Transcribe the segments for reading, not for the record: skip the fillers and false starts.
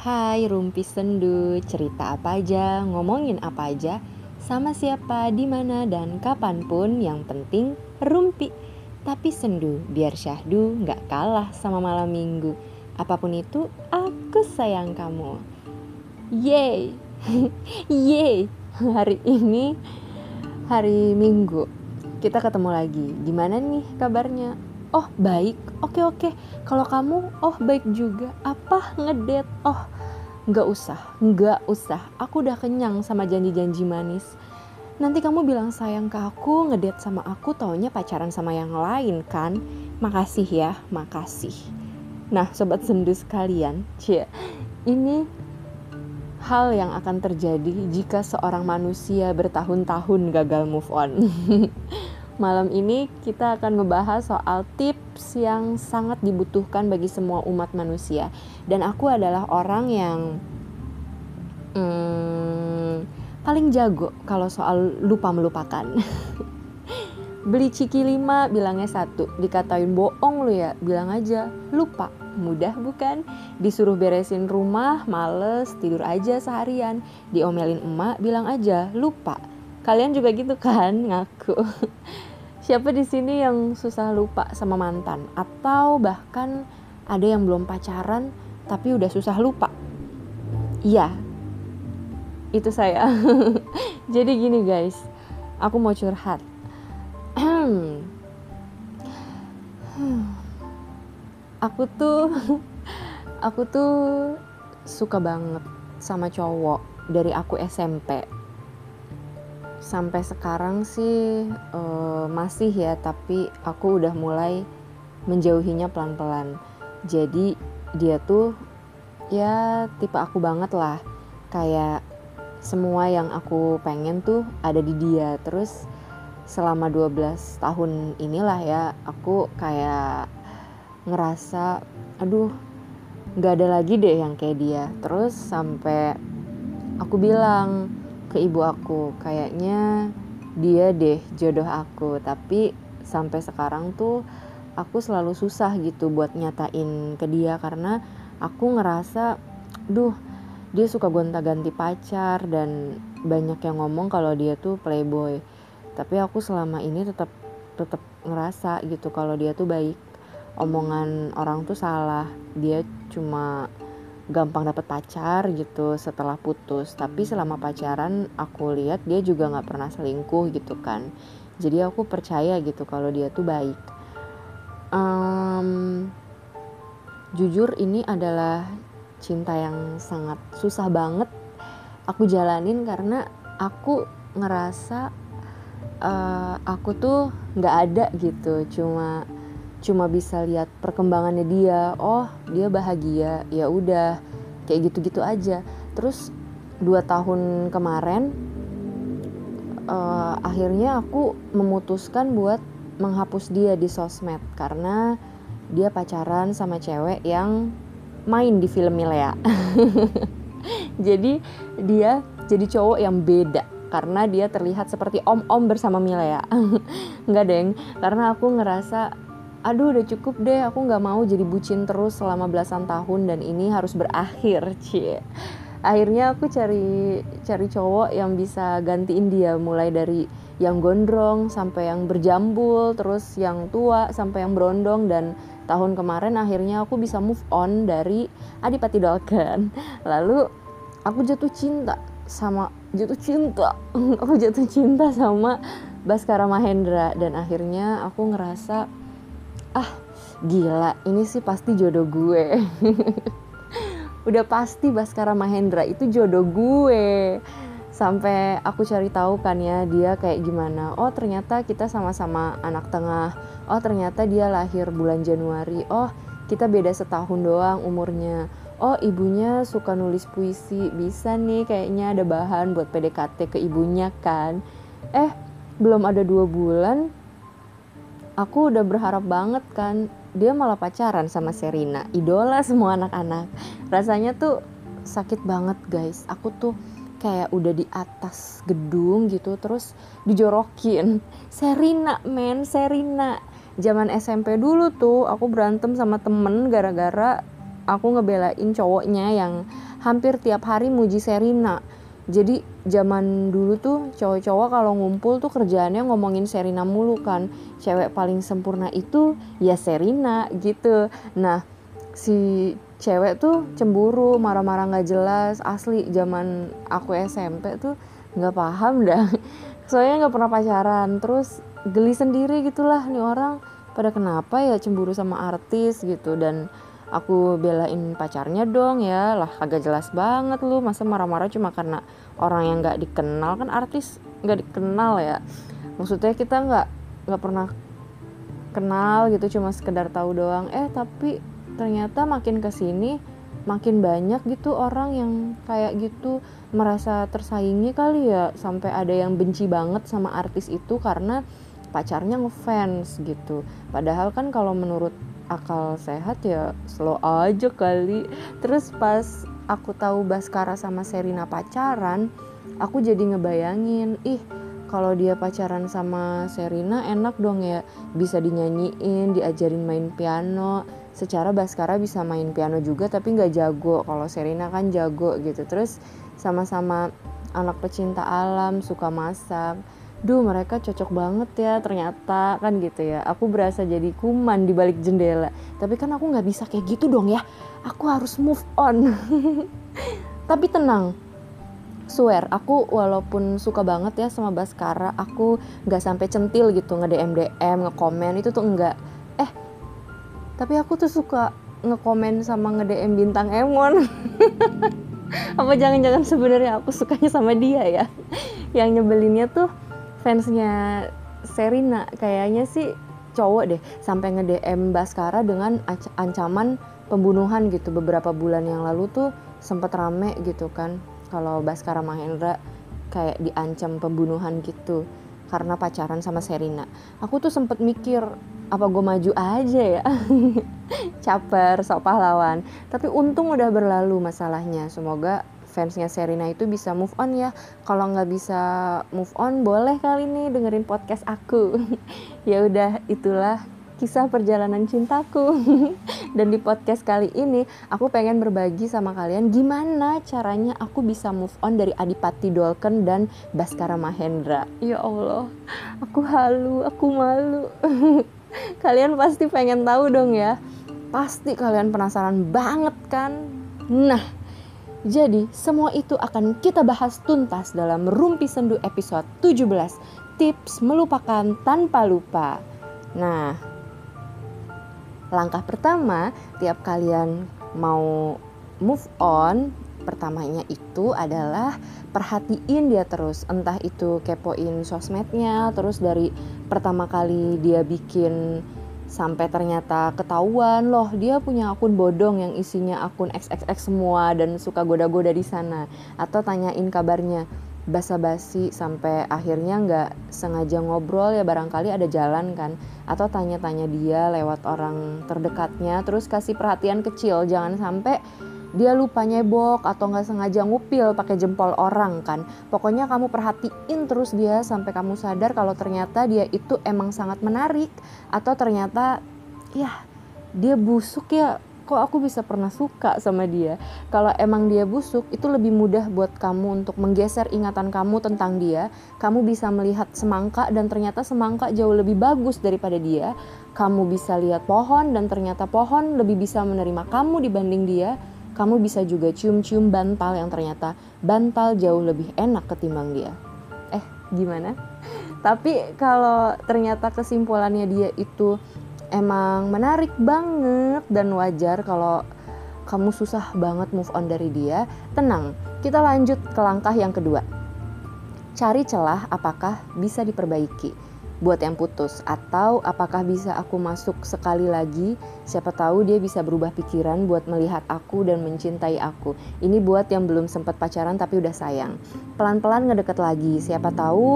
Hai Rumpi Sendu, cerita apa aja, ngomongin apa aja, sama siapa, di mana dan kapanpun, yang penting rumpi. Tapi sendu, biar syahdu nggak kalah sama malam minggu. Apapun itu, aku sayang kamu. Yeay, yeay. Hari ini hari Minggu, kita ketemu lagi. Gimana nih kabarnya? Oh baik, oke. Kalau kamu, oh baik juga. Apa ngedate? Oh nggak usah. Aku udah kenyang sama janji-janji manis. Nanti kamu bilang sayang ke aku, ngedate sama aku, taunya pacaran sama yang lain kan? Makasih ya, makasih. Nah sobat sendu sekalian, ini hal yang akan terjadi jika seorang manusia bertahun-tahun gagal move on. Malam ini kita akan ngebahas soal tips yang sangat dibutuhkan bagi semua umat manusia. Dan aku adalah orang yang paling jago kalau soal lupa melupakan. Beli ciki 5, bilangnya 1. Dikatain bohong lu ya, bilang aja lupa. Mudah bukan? Disuruh beresin rumah, males, tidur aja seharian. Diomelin emak, bilang aja lupa. Kalian juga gitu kan, ngaku. Siapa di sini yang susah lupa sama mantan? Atau bahkan ada yang belum pacaran tapi udah susah lupa? Iya, itu saya. Jadi gini guys, aku mau curhat. Aku tuh suka banget sama cowok dari aku SMP. Sampai sekarang sih masih ya, tapi aku udah mulai menjauhinya pelan-pelan. Jadi dia tuh ya tipe aku banget lah. Kayak semua yang aku pengen tuh ada di dia. Terus selama 12 tahun inilah ya, aku kayak ngerasa aduh gak ada lagi deh yang kayak dia. Terus sampai aku bilang ke ibu aku, kayaknya dia deh jodoh aku. Tapi sampai sekarang tuh aku selalu susah gitu buat nyatain ke dia, karena aku ngerasa dia suka gonta-ganti pacar dan banyak yang ngomong kalau dia tuh playboy. Tapi aku selama ini tetap ngerasa gitu kalau dia tuh baik. Omongan orang tuh salah, dia cuma gampang dapet pacar gitu setelah putus. Tapi selama pacaran aku lihat dia juga gak pernah selingkuh gitu kan. Jadi aku percaya gitu kalau dia tuh baik. Jujur ini adalah cinta yang sangat susah banget aku jalanin, karena aku ngerasa aku tuh gak ada gitu. Cuma bisa lihat perkembangannya dia. Oh dia bahagia, ya udah kayak gitu-gitu aja. Terus 2 tahun kemarin akhirnya aku memutuskan buat menghapus dia di sosmed, karena dia pacaran sama cewek yang main di film Milea. Jadi dia jadi cowok yang beda karena dia terlihat seperti om-om bersama Milea. Enggak deng, karena aku ngerasa aduh udah cukup deh, aku gak mau jadi bucin terus selama belasan tahun dan ini harus berakhir. Akhirnya aku cari cowok yang bisa gantiin dia, mulai dari yang gondrong sampai yang berjambul, terus yang tua sampai yang berondong. Dan tahun kemarin akhirnya aku bisa move on dari Adipati Dolken. Lalu aku jatuh cinta sama Baskara Mahendra, dan akhirnya aku ngerasa gila, ini sih pasti jodoh gue. Udah pasti Baskara Mahendra itu jodoh gue. Sampai aku cari tahu kan ya dia kayak gimana. Oh ternyata kita sama-sama anak tengah. Oh ternyata dia lahir bulan Januari. Oh kita beda setahun doang umurnya. Oh ibunya suka nulis puisi. Bisa nih kayaknya ada bahan buat PDKT ke ibunya kan. Belum ada 2 bulan aku udah berharap banget kan. Dia malah pacaran sama Sherina, idola semua anak-anak. Rasanya tuh sakit banget guys. Aku tuh kayak udah di atas gedung gitu, terus dijorokin. Sherina. Zaman SMP dulu tuh aku berantem sama temen gara-gara aku ngebelain cowoknya yang hampir tiap hari muji Sherina. Jadi zaman dulu tuh cowok-cowok kalau ngumpul tuh kerjaannya ngomongin Sherina mulu kan. Cewek paling sempurna itu ya Sherina gitu. Nah, si cewek tuh cemburu, marah-marah gak jelas. Asli zaman aku SMP tuh gak paham dah. Soalnya gak pernah pacaran. Terus geli sendiri gitulah, nih orang pada kenapa ya cemburu sama artis gitu. Dan aku belain pacarnya dong ya. Lah kagak jelas banget lu, masa marah-marah cuma karena orang yang gak dikenal. Kan artis gak dikenal ya. Maksudnya kita gak pernah kenal gitu, cuma sekedar tahu doang. Tapi ternyata makin kesini makin banyak gitu orang yang kayak gitu, merasa tersaingi kali ya, sampai ada yang benci banget sama artis itu karena pacarnya ngefans gitu. Padahal kan kalau menurut akal sehat ya slow aja kali. Terus pas aku tahu Baskara sama Sherina pacaran, aku jadi ngebayangin, kalau dia pacaran sama Sherina enak dong ya, bisa dinyanyiin, diajarin main piano. Secara Baskara bisa main piano juga tapi gak jago, kalau Sherina kan jago gitu. Terus sama-sama anak pecinta alam, suka masak. Mereka cocok banget ya ternyata kan gitu ya. Aku berasa jadi kuman di balik jendela. Tapi kan aku gak bisa kayak gitu dong ya. Aku harus move on. Tapi tenang, swear, aku walaupun suka banget ya sama Baskara, aku gak sampai centil gitu nge-DM, nge-komen, itu tuh enggak. Tapi aku tuh suka nge-komen sama nge-DM Bintang Emon. Apa jangan-jangan sebenarnya aku sukanya sama dia ya? Yang nyebelinnya tuh fansnya Sherina, kayaknya sih cowok deh, sampai nge-DM Baskara dengan ancaman pembunuhan gitu. Beberapa bulan yang lalu tuh sempet rame gitu kan, kalau Baskara Mahendra kayak diancam pembunuhan gitu karena pacaran sama Sherina. Aku tuh sempet mikir, apa gue maju aja ya? Caper, sok pahlawan. Tapi untung udah berlalu masalahnya. Semoga fansnya Sherina itu bisa move on ya. Kalau nggak bisa move on, boleh kali nih dengerin podcast aku. Ya udah, itulah kisah perjalanan cintaku. Dan di podcast kali ini aku pengen berbagi sama kalian gimana caranya aku bisa move on dari Adipati Dolken dan Baskara Mahendra. Ya Allah, aku halu, aku malu. Kalian pasti pengen tahu dong ya. Pasti kalian penasaran banget kan? Nah, jadi semua itu akan kita bahas tuntas dalam Rumpi Sendu episode 17, Tips Melupakan Tanpa Lupa. Nah, langkah pertama tiap kalian mau move on, pertamanya itu adalah perhatiin dia terus. Entah itu kepoin sosmednya, terus dari pertama kali dia bikin sampai ternyata ketahuan loh dia punya akun bodong yang isinya akun XXX semua dan suka goda-goda di sana. Atau tanyain kabarnya basa-basi sampai akhirnya nggak sengaja ngobrol ya, barangkali ada jalan kan. Atau tanya-tanya dia lewat orang terdekatnya, terus kasih perhatian kecil, jangan sampai dia lupa nyebok atau gak sengaja ngupil pakai jempol orang kan. Pokoknya kamu perhatiin terus dia sampai kamu sadar kalau ternyata dia itu emang sangat menarik. Atau ternyata ya dia busuk ya, kok aku bisa pernah suka sama dia. Kalau emang dia busuk, itu lebih mudah buat kamu untuk menggeser ingatan kamu tentang dia. Kamu bisa melihat semangka dan ternyata semangka jauh lebih bagus daripada dia. Kamu bisa lihat pohon dan ternyata pohon lebih bisa menerima kamu dibanding dia. Kamu bisa juga cium-cium bantal yang ternyata bantal jauh lebih enak ketimbang dia. Gimana? Tapi kalau ternyata kesimpulannya dia itu emang menarik banget dan wajar kalau kamu susah banget move on dari dia, tenang, kita lanjut ke langkah yang kedua. Cari celah apakah bisa diperbaiki buat yang putus, atau apakah bisa aku masuk sekali lagi, siapa tahu dia bisa berubah pikiran buat melihat aku dan mencintai aku. Ini buat yang belum sempat pacaran tapi udah sayang. Pelan-pelan ngedeket lagi, siapa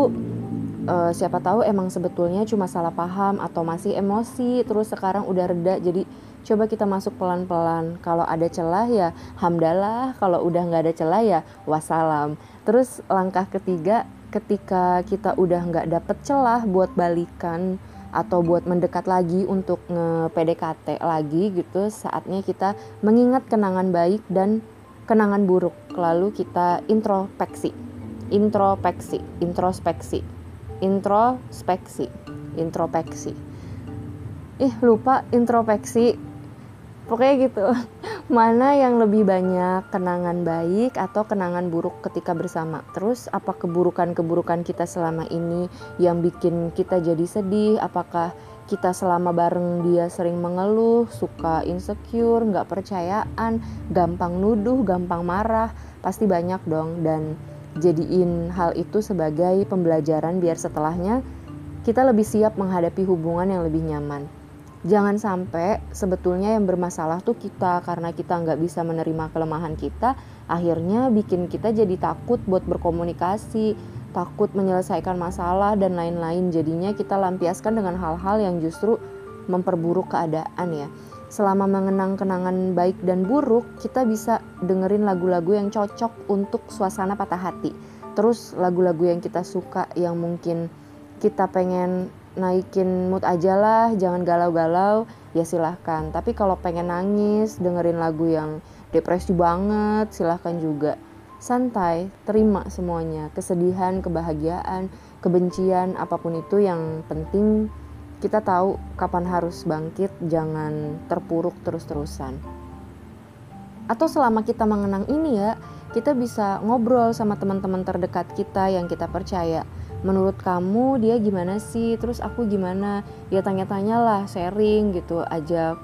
tahu emang sebetulnya cuma salah paham atau masih emosi, terus sekarang udah reda, jadi coba kita masuk pelan-pelan. Kalau ada celah ya hamdalah, kalau udah gak ada celah ya wassalam. Terus langkah ketiga, ketika kita udah gak dapet celah buat balikan atau buat mendekat lagi untuk nge-PDKT lagi gitu, saatnya kita mengingat kenangan baik dan kenangan buruk, lalu kita introspeksi, lupa introspeksi, pokoknya gitu. Mana yang lebih banyak, kenangan baik atau kenangan buruk ketika bersama? Terus apa keburukan-keburukan kita selama ini yang bikin kita jadi sedih? Apakah kita selama bareng dia sering mengeluh, suka insecure, gak percayaan, gampang nuduh, gampang marah? Pasti banyak dong, dan jadiin hal itu sebagai pembelajaran biar setelahnya kita lebih siap menghadapi hubungan yang lebih nyaman. Jangan sampai sebetulnya yang bermasalah tuh kita, karena kita nggak bisa menerima kelemahan kita, akhirnya bikin kita jadi takut buat berkomunikasi, takut menyelesaikan masalah dan lain-lain. Jadinya kita lampiaskan dengan hal-hal yang justru memperburuk keadaan ya. Selama mengenang kenangan baik dan buruk, kita bisa dengerin lagu-lagu yang cocok untuk suasana patah hati. Terus lagu-lagu yang kita suka, yang mungkin kita pengen naikin mood aja lah, jangan galau-galau, ya silahkan. Tapi kalau pengen nangis, dengerin lagu yang depresi banget, silahkan juga. Santai, terima semuanya, kesedihan, kebahagiaan, kebencian, apapun itu, yang penting kita tahu kapan harus bangkit, jangan terpuruk terus-terusan. Atau selama kita mengenang ini ya, kita bisa ngobrol sama teman-teman terdekat kita yang kita percaya. Menurut kamu dia gimana sih, terus aku gimana, ya tanya-tanya lah, sharing gitu, ajak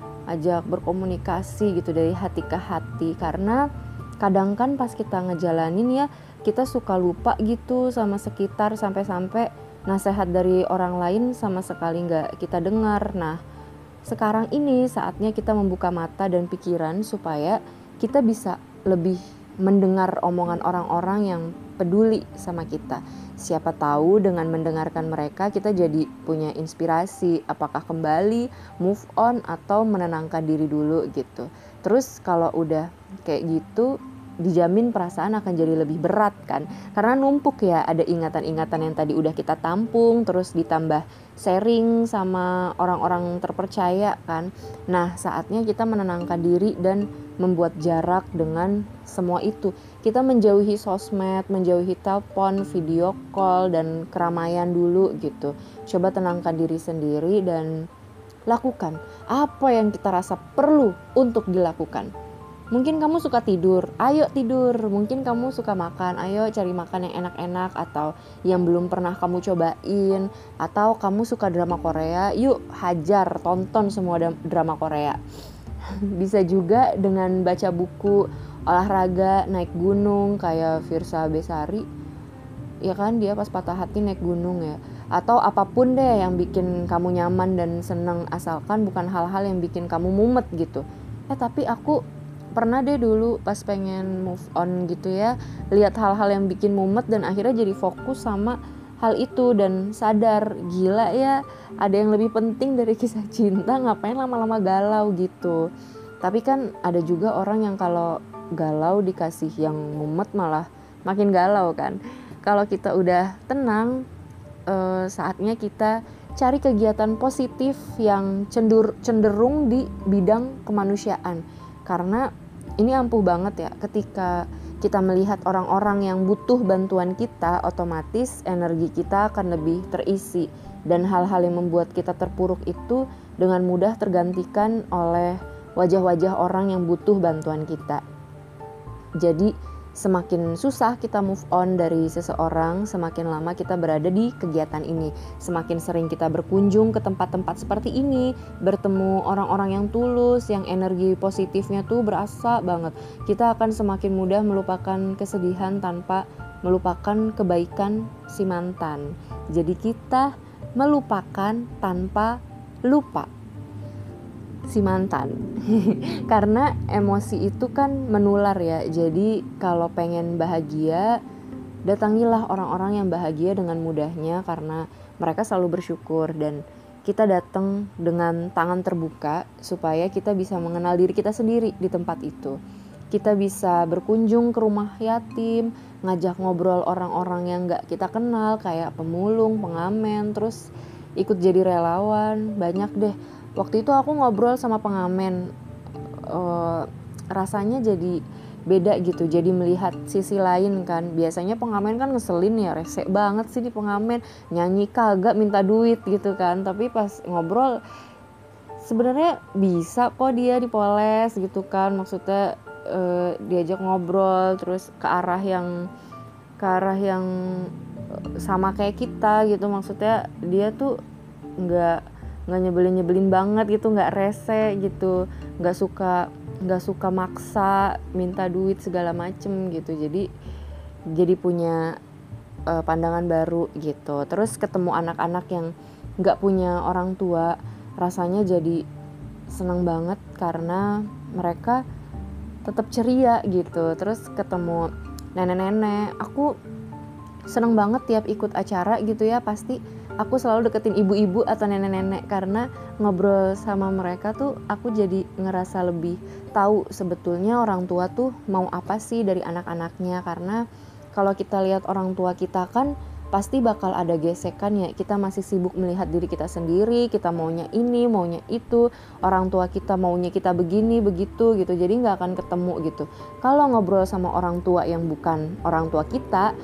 berkomunikasi gitu dari hati ke hati. Karena kadang kan pas kita ngejalanin ya, kita suka lupa gitu sama sekitar, sampai-sampai nasihat dari orang lain sama sekali gak kita dengar. Nah, sekarang ini saatnya kita membuka mata dan pikiran supaya kita bisa lebih mendengar omongan orang-orang yang peduli sama kita. Siapa tahu dengan mendengarkan mereka kita jadi punya inspirasi, apakah kembali, move on, atau menenangkan diri dulu gitu. Terus kalau udah kayak gitu, dijamin perasaan akan jadi lebih berat kan, karena numpuk ya, ada ingatan-ingatan yang tadi udah kita tampung, terus ditambah sharing sama orang-orang terpercaya kan. Nah, saatnya kita menenangkan diri dan membuat jarak dengan semua itu. Kita menjauhi sosmed, menjauhi telepon, video call, dan keramaian dulu gitu. Coba tenangkan diri sendiri dan lakukan apa yang kita rasa perlu untuk dilakukan. Mungkin kamu suka tidur, ayo tidur. Mungkin kamu suka makan, ayo cari makan yang enak-enak atau yang belum pernah kamu cobain. Atau kamu suka drama Korea, yuk hajar, tonton semua drama Korea. Bisa juga dengan baca buku, olahraga, naik gunung kayak Firsa Besari. Ya kan, dia pas patah hati naik gunung ya. Atau apapun deh yang bikin kamu nyaman dan seneng, asalkan bukan hal-hal yang bikin kamu mumet gitu. Tapi aku pernah deh dulu pas pengen move on gitu ya, lihat hal-hal yang bikin mumet dan akhirnya jadi fokus sama hal itu dan sadar, gila ya, ada yang lebih penting dari kisah cinta, ngapain lama-lama galau gitu. Tapi kan ada juga orang yang kalau galau dikasih yang mumet malah makin galau kan. Kalau kita udah tenang, saatnya kita cari kegiatan positif yang cenderung di bidang kemanusiaan. Karena ini ampuh banget ya, ketika kita melihat orang-orang yang butuh bantuan kita, otomatis energi kita akan lebih terisi. Dan hal-hal yang membuat kita terpuruk itu dengan mudah tergantikan oleh wajah-wajah orang yang butuh bantuan kita. Jadi semakin susah kita move on dari seseorang, semakin lama kita berada di kegiatan ini. Semakin sering kita berkunjung ke tempat-tempat seperti ini, bertemu orang-orang yang tulus, yang energi positifnya tuh berasa banget, kita akan semakin mudah melupakan kesedihan tanpa melupakan kebaikan si mantan. Jadi kita melupakan tanpa lupa si mantan. Karena emosi itu kan menular ya. Jadi kalau pengen bahagia, datangilah orang-orang yang bahagia dengan mudahnya, karena mereka selalu bersyukur. Dan kita datang dengan tangan terbuka supaya kita bisa mengenal diri kita sendiri di tempat itu. Kita bisa berkunjung ke rumah yatim, ngajak ngobrol orang-orang yang gak kita kenal, kayak pemulung, pengamen, terus ikut jadi relawan. Banyak deh. Waktu itu aku ngobrol sama pengamen, rasanya jadi beda gitu, jadi melihat sisi lain kan. Biasanya pengamen kan ngeselin ya, rese banget sih di pengamen, nyanyi kagak minta duit gitu kan. Tapi pas ngobrol sebenarnya bisa kok dia dipoles gitu kan, maksudnya diajak ngobrol terus ke arah yang sama kayak kita gitu, maksudnya dia tuh nggak nyebelin banget gitu, nggak rese gitu, nggak suka maksa minta duit segala macem gitu. Jadi punya pandangan baru gitu. Terus ketemu anak-anak yang nggak punya orang tua, rasanya jadi seneng banget karena mereka tetap ceria gitu. Terus ketemu nenek-nenek, aku seneng banget tiap ikut acara gitu ya, pasti aku selalu deketin ibu-ibu atau nenek-nenek karena ngobrol sama mereka tuh aku jadi ngerasa lebih tahu sebetulnya orang tua tuh mau apa sih dari anak-anaknya. Karena kalau kita lihat orang tua kita kan pasti bakal ada gesekan ya, kita masih sibuk melihat diri kita sendiri, kita maunya ini, maunya itu, orang tua kita maunya kita begini, begitu gitu, jadi nggak akan ketemu gitu. Kalau ngobrol sama orang tua yang bukan orang tua kita,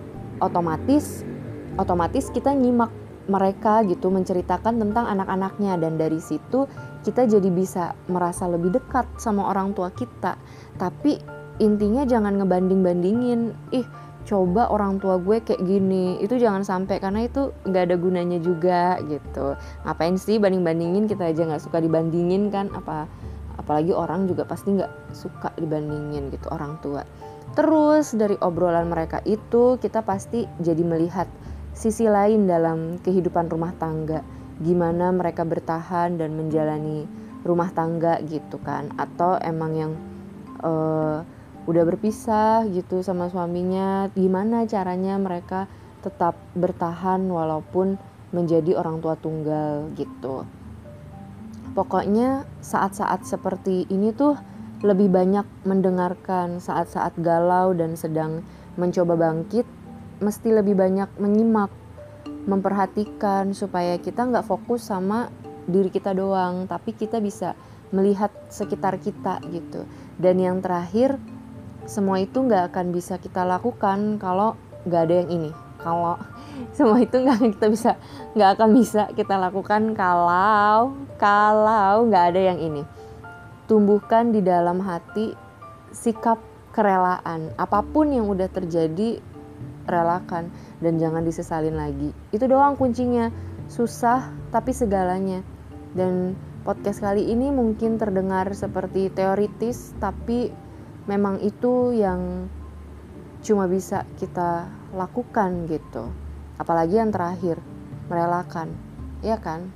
otomatis kita nyimak mereka gitu, menceritakan tentang anak-anaknya, dan dari situ kita jadi bisa merasa lebih dekat sama orang tua kita. Tapi intinya jangan ngebanding-bandingin, coba orang tua gue kayak gini, itu jangan sampai, karena itu nggak ada gunanya juga gitu. Ngapain sih banding-bandingin, kita aja nggak suka dibandingin kan, apalagi orang juga pasti nggak suka dibandingin gitu, orang tua. Terus dari obrolan mereka itu kita pasti jadi melihat sisi lain dalam kehidupan rumah tangga, gimana mereka bertahan dan menjalani rumah tangga gitu kan, atau emang yang udah berpisah gitu sama suaminya, gimana caranya mereka tetap bertahan walaupun menjadi orang tua tunggal gitu. Pokoknya saat-saat seperti ini tuh lebih banyak mendengarkan, saat-saat galau dan sedang mencoba bangkit, mesti lebih banyak menyimak, memperhatikan supaya kita gak fokus sama diri kita doang, tapi kita bisa melihat sekitar kita gitu. Dan yang terakhir, semua itu gak akan bisa kita lakukan kalau gak ada yang ini. Kalau semua itu gak akan bisa kita lakukan kalau gak ada yang ini. Tumbuhkan di dalam hati sikap kerelaan. Apapun yang udah terjadi, relakan dan jangan disesalin lagi. Itu doang kuncinya. Susah tapi segalanya. Dan podcast kali ini mungkin terdengar seperti teoritis, tapi memang itu yang cuma bisa kita lakukan gitu. Apalagi yang terakhir, merelakan, ya kan?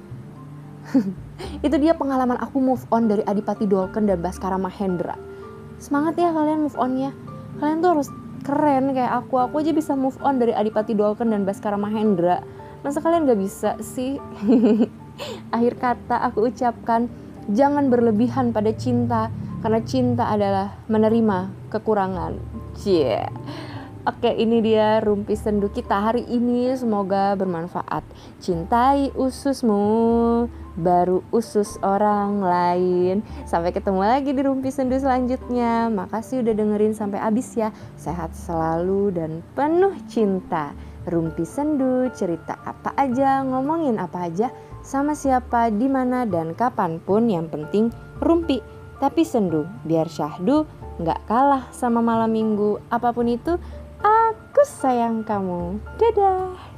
Itu dia pengalaman aku move on dari Adipati Dolken dan Baskara Mahendra. Semangat ya kalian move onnya. Kalian tuh harus keren kayak aku aja bisa move on dari Adipati Dolken dan Baskara Mahendra. Masa kalian gak bisa sih? Akhir kata aku ucapkan, jangan berlebihan pada cinta, karena cinta adalah menerima kekurangan. Oke, ini dia Rumpi Sendu kita hari ini, semoga bermanfaat. Cintai ususmu, baru usus orang lain. Sampai ketemu lagi di Rumpi Sendu selanjutnya. Makasih udah dengerin sampai habis ya. Sehat selalu dan penuh cinta. Rumpi Sendu, cerita apa aja, ngomongin apa aja, sama siapa, di mana dan kapanpun, yang penting rumpi tapi sendu, biar syahdu nggak kalah sama malam minggu. Apapun itu, aku sayang kamu. Dadah.